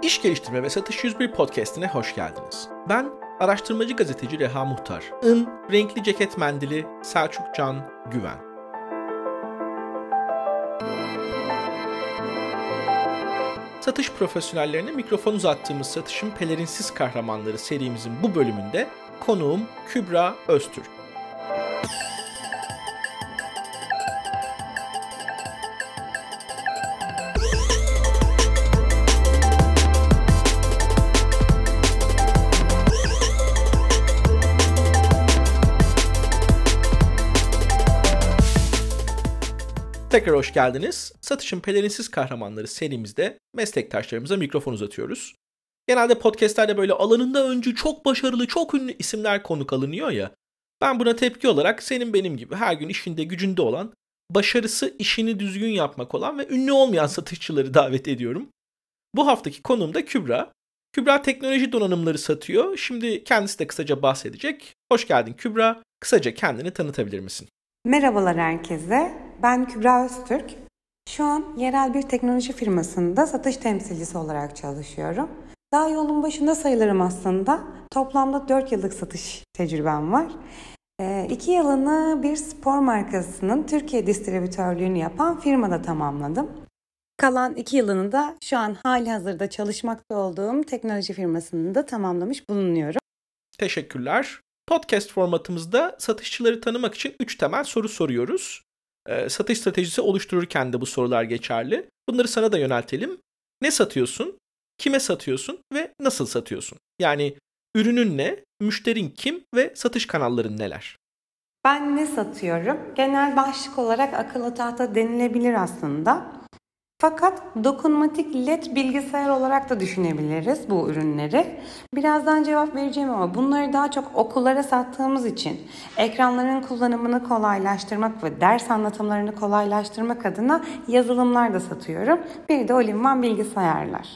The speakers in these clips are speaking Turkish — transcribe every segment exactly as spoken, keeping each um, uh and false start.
İş Geliştirme ve Satış yüz bir Podcast'ine hoş geldiniz. Ben araştırmacı gazeteci Reha Muhtar'ın renkli ceket mendili Selçuk Can Güven. Satış profesyonellerine mikrofon uzattığımız Satışın Pelerinsiz Kahramanları serimizin bu bölümünde konuğum Kübra Öztürk. Tekrar hoş geldiniz. Satışın Pelerinsiz Kahramanları serimizde meslektaşlarımıza mikrofon uzatıyoruz. Genelde podcastlerde böyle alanında öncü, çok başarılı, çok ünlü isimler konuk alınıyor ya. Ben buna tepki olarak senin benim gibi her gün işinde gücünde olan, başarısı işini düzgün yapmak olan ve ünlü olmayan satışçıları davet ediyorum. Bu haftaki konuğum da Kübra. Kübra teknoloji donanımları satıyor. Şimdi kendisi de kısaca bahsedecek. Hoş geldin Kübra. Kısaca kendini tanıtabilir misin? Merhabalar herkese. Ben Kübra Öztürk. Şu an yerel bir teknoloji firmasında satış temsilcisi olarak çalışıyorum. Daha yolun başında sayılırım aslında. Toplamda dört yıllık satış tecrübem var. E, iki yılını bir spor markasının Türkiye distribütörlüğünü yapan firmada tamamladım. Kalan iki yılını da şu an hali hazırda çalışmakta olduğum teknoloji firmasında tamamlamış bulunuyorum. Teşekkürler. Podcast formatımızda satışçıları tanımak için üç temel soru soruyoruz. Ee, satış stratejisi oluştururken de bu sorular geçerli. Bunları sana da yöneltelim. Ne satıyorsun? Kime satıyorsun? Ve nasıl satıyorsun? Yani ürünün ne? Müşterin kim? Ve satış kanalların neler? Ben ne satıyorum? Genel başlık olarak akıllı tahta denilebilir aslında. Fakat dokunmatik led bilgisayar olarak da düşünebiliriz bu ürünleri. Birazdan cevap vereceğim ama bunları daha çok okullara sattığımız için ekranların kullanımını kolaylaştırmak ve ders anlatımlarını kolaylaştırmak adına yazılımlar da satıyorum. Bir de all-in-one bilgisayarlar.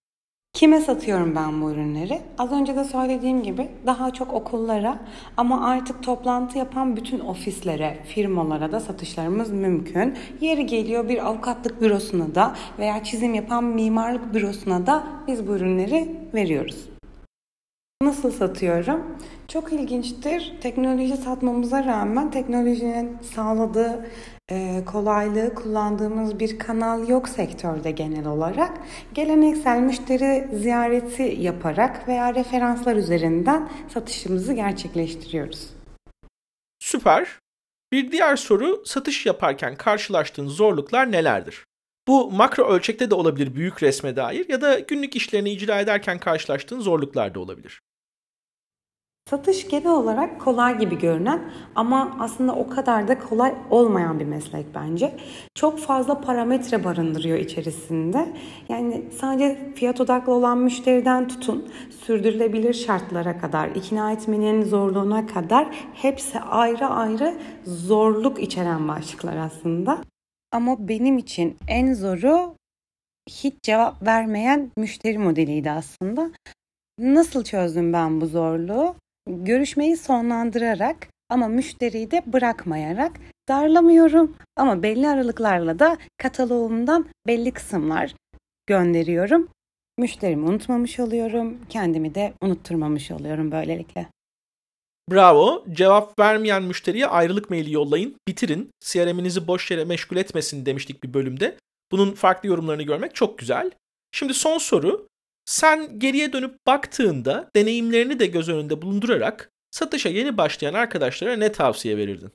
Kime satıyorum ben bu ürünleri? Az önce de söylediğim gibi daha çok okullara ama artık toplantı yapan bütün ofislere, firmalara da satışlarımız mümkün. Yeri geliyor bir avukatlık bürosuna da veya çizim yapan mimarlık bürosuna da biz bu ürünleri veriyoruz. Nasıl satıyorum? Çok ilginçtir. Teknoloji satmamıza rağmen teknolojinin sağladığı e, kolaylığı kullandığımız bir kanal yok sektörde genel olarak. Geleneksel müşteri ziyareti yaparak veya referanslar üzerinden satışımızı gerçekleştiriyoruz. Süper. Bir diğer soru, satış yaparken karşılaştığın zorluklar nelerdir? Bu makro ölçekte de olabilir, büyük resme dair, ya da günlük işlerini icra ederken karşılaştığın zorluklar da olabilir. Satış genel olarak kolay gibi görünen ama aslında o kadar da kolay olmayan bir meslek bence. Çok fazla parametre barındırıyor içerisinde. Yani sadece fiyat odaklı olan müşteriden tutun, sürdürülebilir şartlara kadar, ikna etmenin zorluğuna kadar hepsi ayrı ayrı zorluk içeren başlıklar aslında. Ama benim için en zoru hiç cevap vermeyen müşteri modeliydi aslında. Nasıl çözdüm ben bu zorluğu? Görüşmeyi sonlandırarak ama müşteriyi de bırakmayarak, darlamıyorum ama belli aralıklarla da kataloğumdan belli kısımlar gönderiyorum. Müşterimi unutmamış oluyorum, kendimi de unutturmamış oluyorum böylelikle. Bravo. Cevap vermeyen müşteriye ayrılık maili yollayın, bitirin. C R M'inizi boş yere meşgul etmesin demiştik bir bölümde. Bunun farklı yorumlarını görmek çok güzel. Şimdi son soru. Sen geriye dönüp baktığında deneyimlerini de göz önünde bulundurarak satışa yeni başlayan arkadaşlara ne tavsiye verirdin?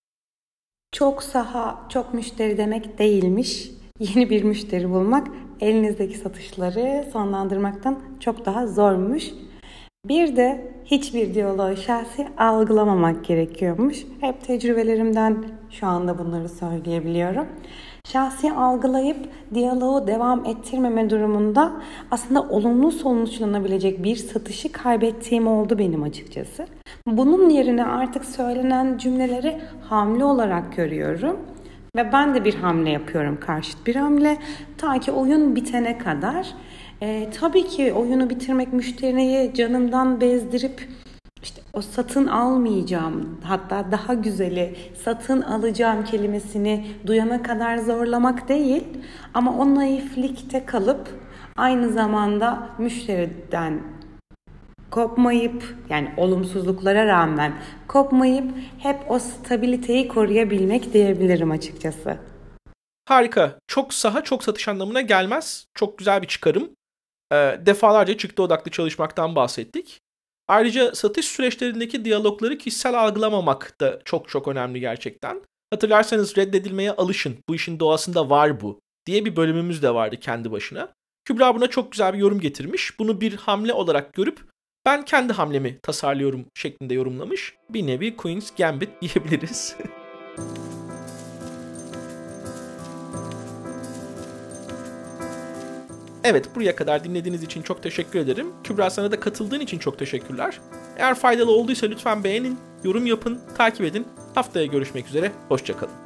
Çok saha, çok müşteri demek değilmiş. Yeni bir müşteri bulmak elinizdeki satışları sonlandırmaktan çok daha zormuş. Bir de hiçbir diyaloğu şahsi algılamamak gerekiyormuş. Hep tecrübelerimden şu anda bunları söyleyebiliyorum. Şahsi algılayıp diyaloğu devam ettirmeme durumunda aslında olumlu sonuçlanabilecek bir satışı kaybettiğim oldu benim açıkçası. Bunun yerine artık söylenen cümleleri hamle olarak görüyorum. Ve ben de bir hamle yapıyorum, karşıt bir hamle. Ta ki oyun bitene kadar. E, tabii ki oyunu bitirmek, müşteriyi canından bezdirip işte o satın almayacağım, hatta daha güzeli satın alacağım kelimesini duyana kadar zorlamak değil, ama o naiflikte kalıp aynı zamanda müşteriden kopmayıp, yani olumsuzluklara rağmen kopmayıp hep o stabiliteyi koruyabilmek diyebilirim açıkçası. Harika. Çok saha çok satış anlamına gelmez. Çok güzel bir çıkarım. E, defalarca çıktı odaklı çalışmaktan bahsettik. Ayrıca satış süreçlerindeki diyalogları kişisel algılamamak da çok çok önemli gerçekten. Hatırlarsanız reddedilmeye alışın, bu işin doğasında var bu diye bir bölümümüz de vardı kendi başına. Kübra buna çok güzel bir yorum getirmiş. Bunu bir hamle olarak görüp ben kendi hamlemi tasarlıyorum şeklinde yorumlamış. Bir nevi Queen's Gambit diyebiliriz. Evet, buraya kadar dinlediğiniz için çok teşekkür ederim. Kübra, sana da katıldığın için çok teşekkürler. Eğer faydalı olduysa lütfen beğenin, yorum yapın, takip edin. Haftaya görüşmek üzere, hoşça kalın.